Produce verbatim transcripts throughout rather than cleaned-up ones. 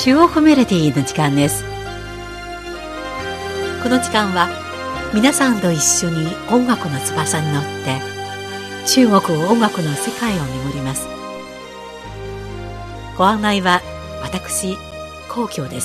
中国メロディーの時間です。この時間は皆さんと一緒に音楽の翼に乗って中国音楽の世界を巡ります。ご案内は私、皇居です。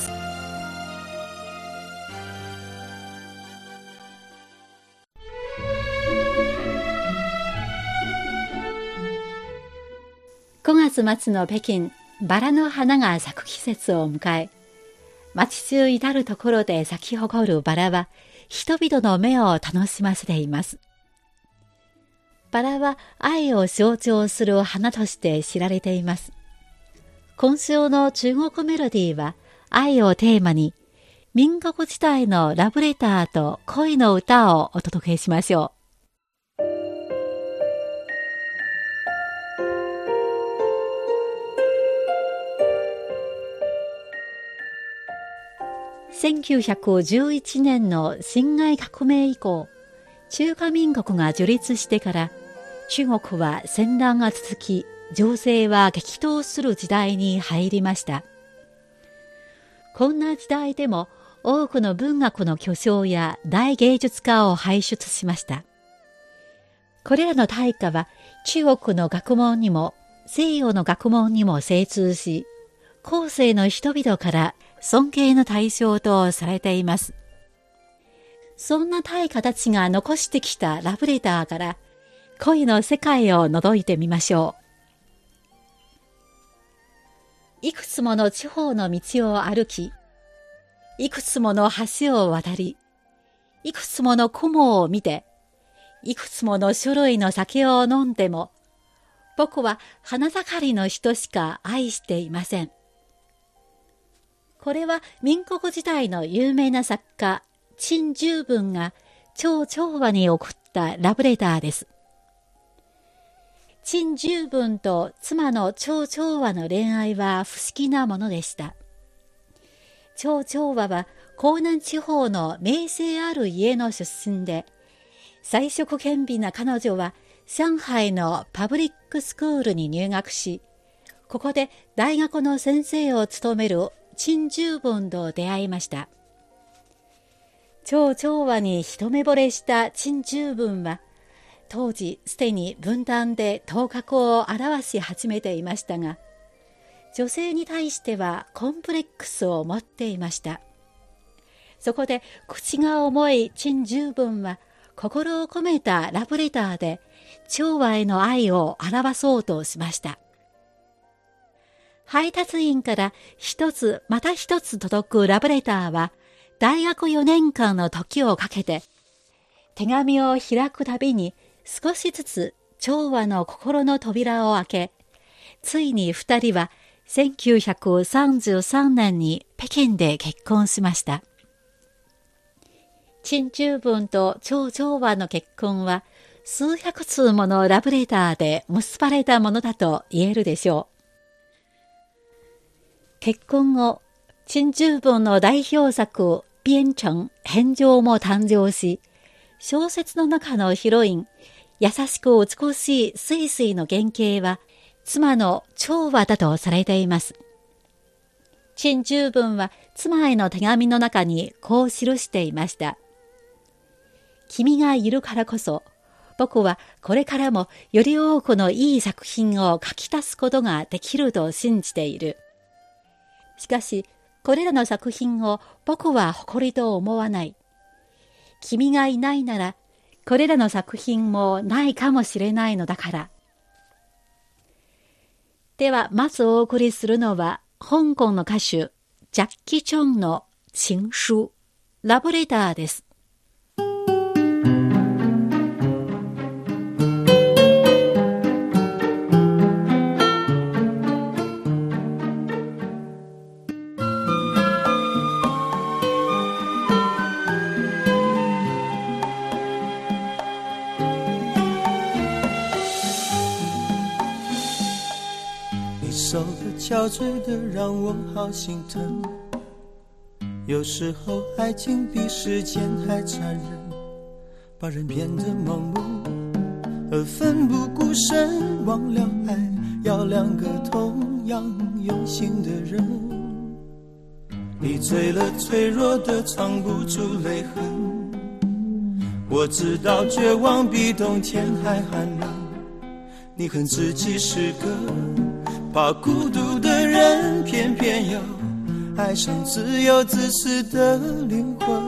ごがつ末の北京、バラの花が咲く季節を迎え、街中至るところで咲き誇るバラは人々の目を楽しませています。バラは愛を象徴する花として知られています。今週の中国メロディーは愛をテーマに、民国時代のラブレターと恋の歌をお届けしましょう。せんきゅうひゃくじゅういちねんの辛亥革命以降、中華民国が樹立してから中国は戦乱が続き、情勢は激動する時代に入りました。こんな時代でも多くの文学の巨匠や大芸術家を輩出しました。これらの大家は中国の学問にも西洋の学問にも精通し、後世の人々から尊敬の対象とされています。そんな大家たちが残してきたラブレターから恋の世界を覗いてみましょう。いくつもの地方の道を歩き、いくつもの橋を渡り、いくつもの雲を見て、いくつもの種類の酒を飲んでも、僕は花盛りの人しか愛していません。これは民国時代の有名な作家、陳寿文が張長和に送ったラブレターです。陳寿文と妻の張長和の恋愛は不思議なものでした。張長和は江南地方の名声ある家の出身で、才色兼備な彼女は上海のパブリックスクールに入学し、ここで大学の先生を務める陳寿文と出会いました。張長和に一目惚れした陳寿文は、当時すでに文壇で頭角を現し始めていましたが、女性に対してはコンプレックスを持っていました。そこで口が重い陳寿文は、心を込めたラブレターで長和への愛を表そうとしました。配達員から一つまた一つ届くラブレターは、大学よねんかんの時をかけて、手紙を開くたびに少しずつ長和の心の扉を開け、ついに二人はせんきゅうひゃくさんじゅうさんねんに北京で結婚しました。陳寿文と張長和の結婚は、数百通ものラブレターで結ばれたものだと言えるでしょう。結婚後、陳寿文の代表作、邊城返上も誕生し、小説の中のヒロイン、優しく美しい水水の原型は、妻の長和だとされています。陳寿文は妻への手紙の中にこう記していました。君がいるからこそ、僕はこれからもより多くのいい作品を書き足すことができると信じている。しかし、これらの作品を僕は誇りと思わない。君がいないなら、これらの作品もないかもしれないのだから。では、まずお送りするのは、香港の歌手、ジャッキー・チョンの情書、ラブレターです。 手的憔悴的让我好心疼，有时候爱情比时间还残忍，把人变得盲目而奋不顾身，忘了爱要两个同样用心的人。 你醉了，脆弱的藏不住泪痕。我知道绝望比冬天还寒冷，你恨自己是个怕孤独的人，偏偏又爱上自由自私的灵魂。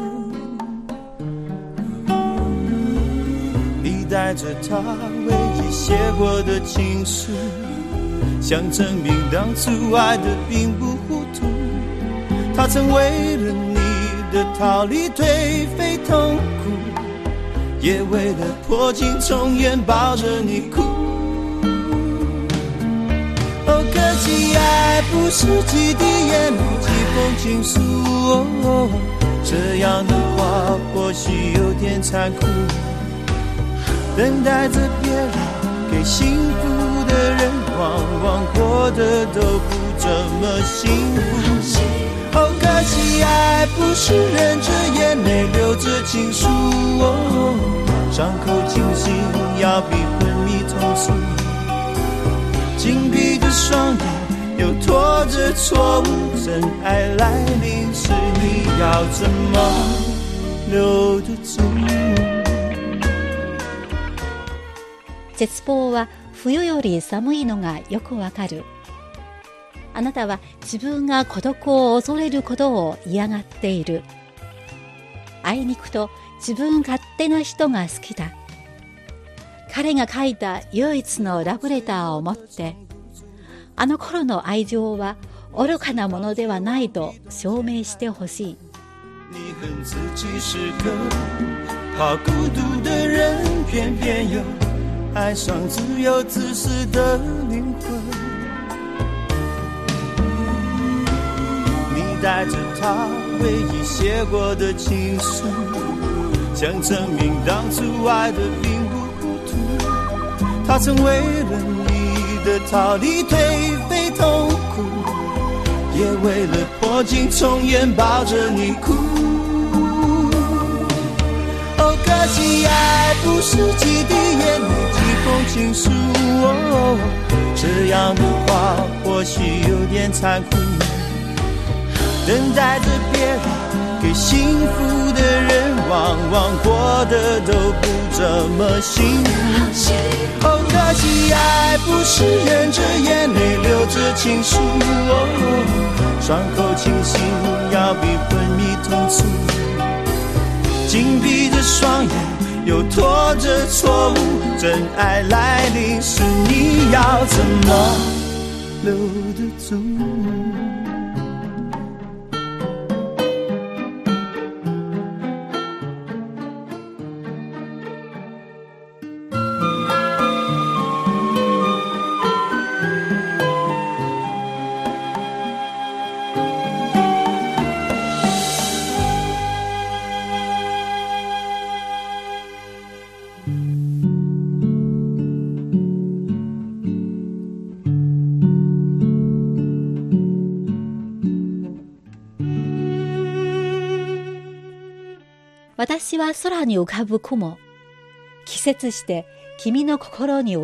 你带着他唯一写过的情书，想证明当初爱的并不糊涂。他曾为了你的逃离颓废痛苦，也为了破镜重圆抱着你哭。哦，可惜爱不是几滴眼泪几封情书，哦，这样的话或许有点残酷。等待着别人给幸福的人，往往过得都不怎么幸福。哦，可惜爱不是忍着眼泪流着情书，哦，伤口清醒要比昏迷痛楚。紧闭着双眼又拖着错误，真爱来临时你要怎么留得住。 絶望は冬より寒いのがよくわかる。あなたは自分が孤独を恐れることを嫌がっている。あいにくと自分勝手な人が好きだ。彼が書いた唯一のラブレターを持って、あの頃の愛情は愚かなものではないと証明してほしい。 你恨自己是个怕孤独的人，偏偏又爱上自由自私的灵魂。你带着他唯一写过的情书，想证明当初爱的并不糊涂。他曾为了你的逃离颓废痛苦，也为了破镜重圆抱着你哭。哦，可惜爱不是几滴眼泪几封情书，哦，这样的话或许有点残酷。等待着别人给幸福的人，往往过得都不怎么幸福。哦，可惜爱不是忍着眼泪流着情书，哦，伤口清醒要比昏迷痛楚。紧闭着双眼又拖着错误，真爱来临时你要怎么留得住。 私は空に浮かぶ雲、季節して君の心に移った。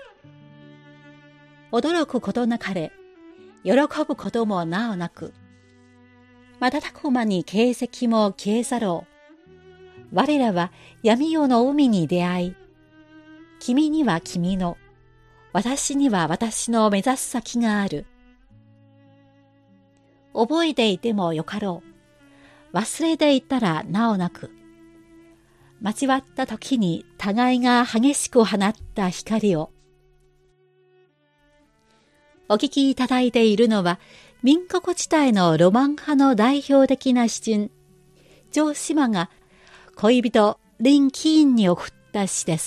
驚くことなかれ、喜ぶこともなおなく、瞬く間に形跡も消え去ろう。我らは闇夜の海に出会い、君には君の、私には私の目指す先がある。覚えていてもよかろう。忘れていたらなおなく、交わった時に互いが激しく放った光を。お聞きいただいているのは、民国時代のロマン派の代表的な詩人、城島が恋人林貴院に送った詩です。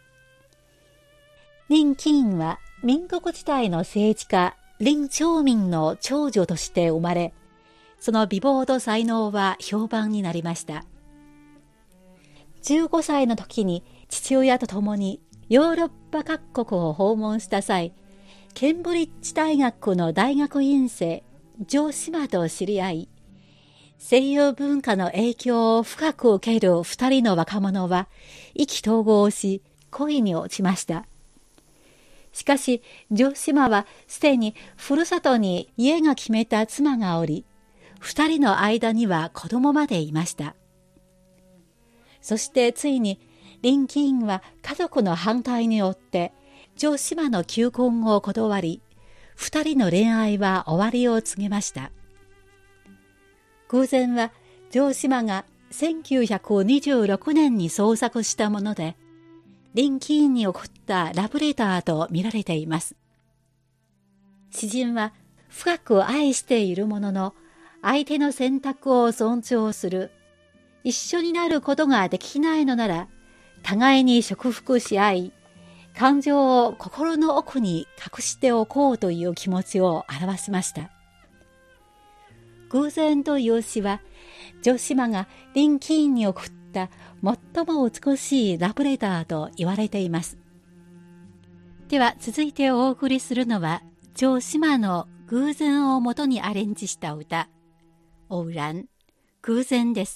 林貴院は民国時代の政治家林長民の長女として生まれ、その美貌と才能は評判になりました。じゅうごさいの時に父親と共にヨーロッパ各国を訪問した際、ケンブリッジ大学の大学院生、城島と知り合い、西洋文化の影響を深く受ける二人の若者は意気投合し、恋に落ちました。しかし、城島はすでにふるさとに家が決めた妻がおり、 二人の間には子供までいました。そしてついに林貴院は家族の反対によって城島の求婚を断り、二人の恋愛は終わりを告げました。偶然は城島がせんきゅうひゃくにじゅうろくねんに創作したもので、林貴院に送ったラブレターと見られています。詩人は深く愛しているものの、相手の選択を尊重する、一緒になることができないのなら、互いに祝福し合い、感情を心の奥に隠しておこうという気持ちを表しました。偶然という詩は、城島が林貴院に送った最も美しいラブレターと言われています。では続いてお送りするのは、城島の偶然をもとにアレンジした歌、偶然、偶然です。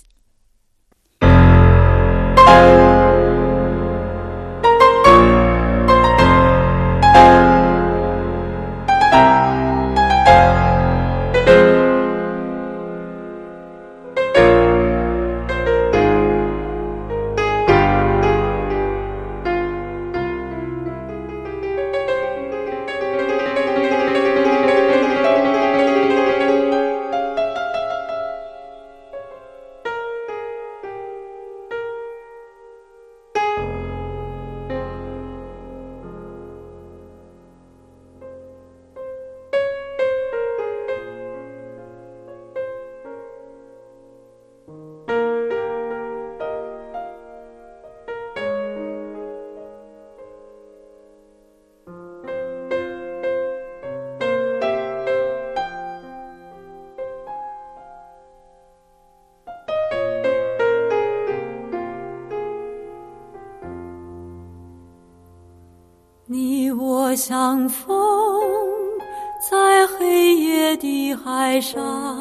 你我相逢在黑夜的海上，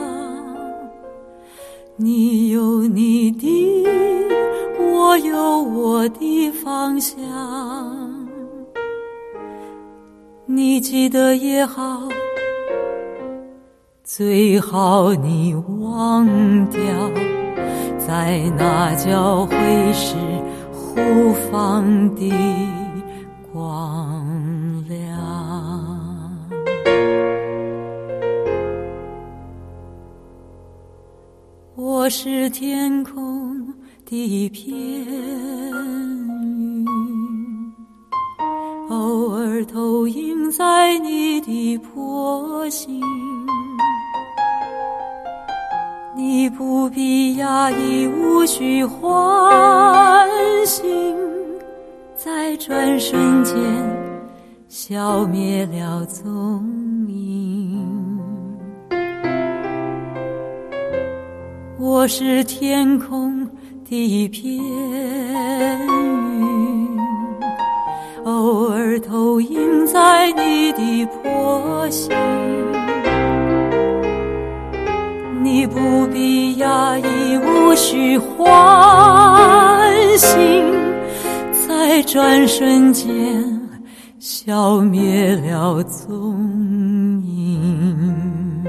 你有你的，我有我的方向。你记得也好，最好你忘掉，在那交汇时互放的光亮。我是天空的一片云，偶尔投影在你的波心。你不必压抑，无需唤醒，在转瞬间消灭了踪影。我是天空的一片云，偶尔投影在你的波心。你不必压抑，无需唤醒，在转瞬间消灭了踪影。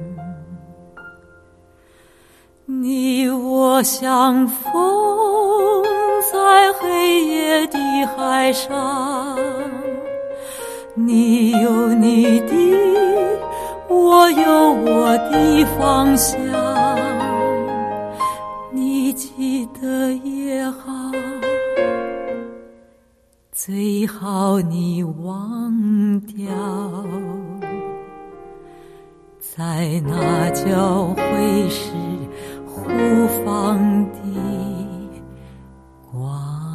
你我相逢在黑夜的海上，你有你的，我有我的方向。你记得也好，最好你忘掉，在那交汇时互放的光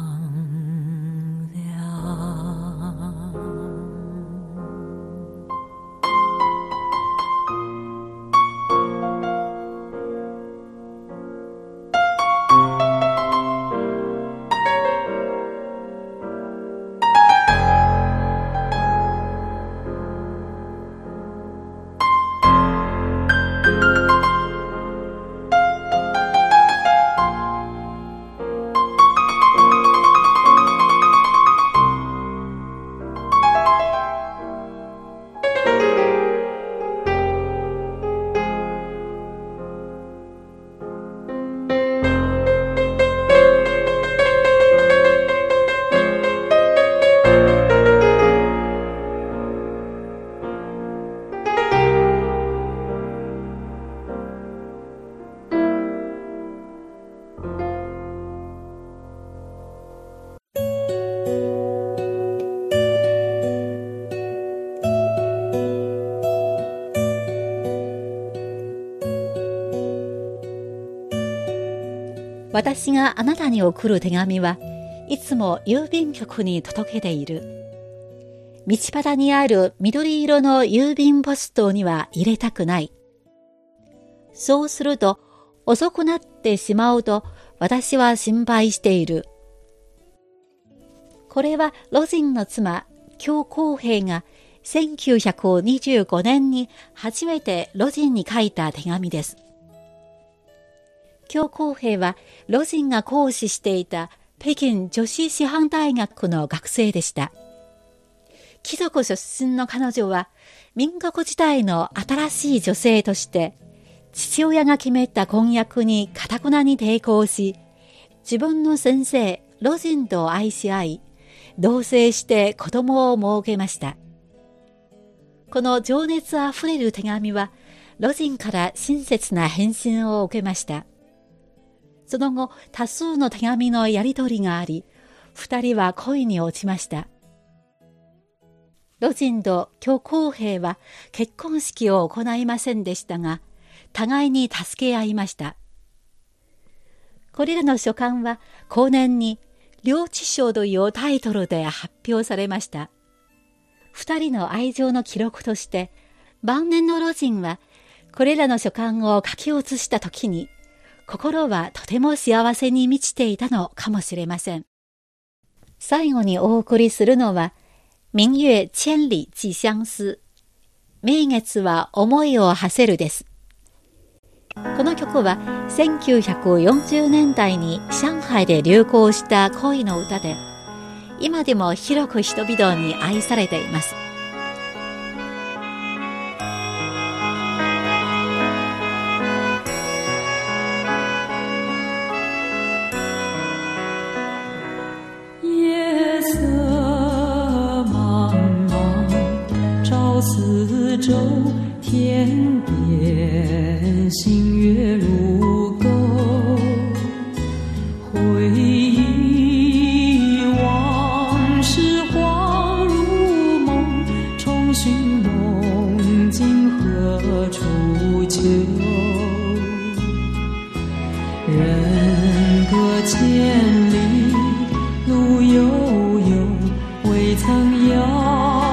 亮。 私があなたに送る手紙はいつも郵便局に届けている。道端にある緑色の郵便ポストには入れたくない。そうすると遅くなってしまうと私は心配している。これは魯迅の妻、姜公平がせんきゅうひゃくにじゅうごねんに初めて魯迅に書いた手紙です。姜公平は魯迅が講師していた北京女子師範大学の学生でした。貴族出身の彼女は民国時代の新しい女性として父親が決めた婚約に堅くなに抵抗し、自分の先生魯迅と愛し合い、同棲して子供を設けました。この情熱あふれる手紙は魯迅から親切な返信を受けました。その後多数の手紙のやり取りがあり、二人は恋に落ちました。魯迅と姜公平は結婚式を行いませんでしたが、互いに助け合いました。これらの書簡は後年に領地書というタイトルで発表されました。二人の愛情の記録として、晩年の魯迅はこれらの書簡を書き写したときに、心はとても幸せに満ちていたのかもしれません。最後にお送りするのは、明月千里寄相思。明月は思いを馳せるです。この曲はせんきゅうひゃくよんじゅうねんだいに上海で流行した恋の歌で、今でも広く人々に愛されています。 四周天边星月如钩，回忆往事恍如梦，重寻梦境何处求？人隔千里路悠悠，未曾遥。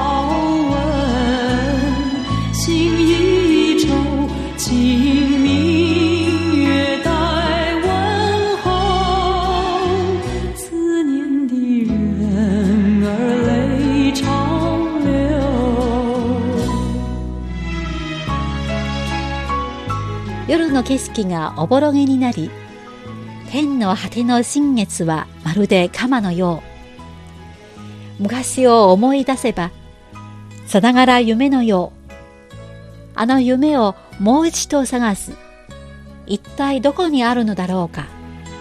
夜の景色がおぼろげになり、天の果ての新月はまるで鎌のよう。昔を思い出せば、さながら夢のよう。あの夢をもう一度探す。一体どこにあるのだろうか。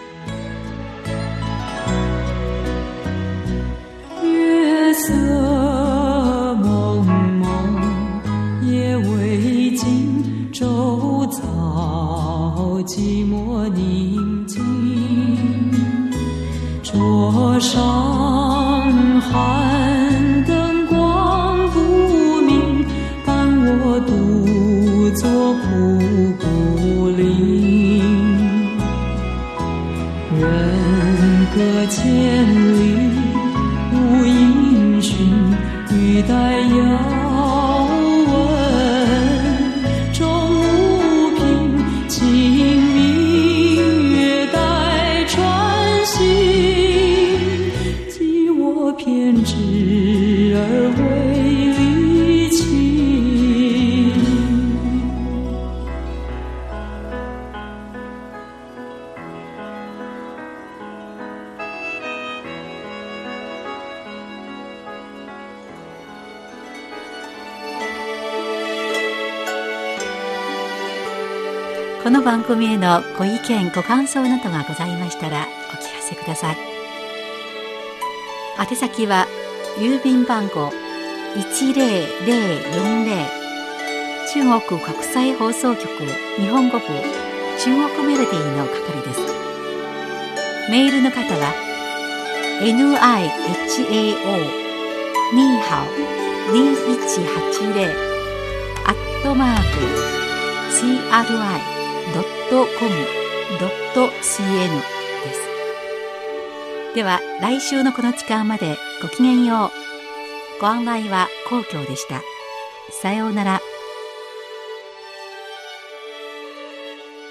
月色蒙蒙，夜未尽，周遭寂寞宁静，桌上寒灯光不明，伴我独坐蒲公林。人隔千里无音讯，欲待遥。 この番組へのご意見ご感想などがございましたらお聞かせください。宛先は郵便番号 いちぜろぜろよんぜろ 中国国際放送局日本語部中国メロディーの係です。メールの方は ニハオ ニーハオにせんひゃくはちじゅう アットマーク シーアールアイドットコムドットシーエヌです。では来週のこの時間までごきげんよう。ご案内は皇居でした。さようなら。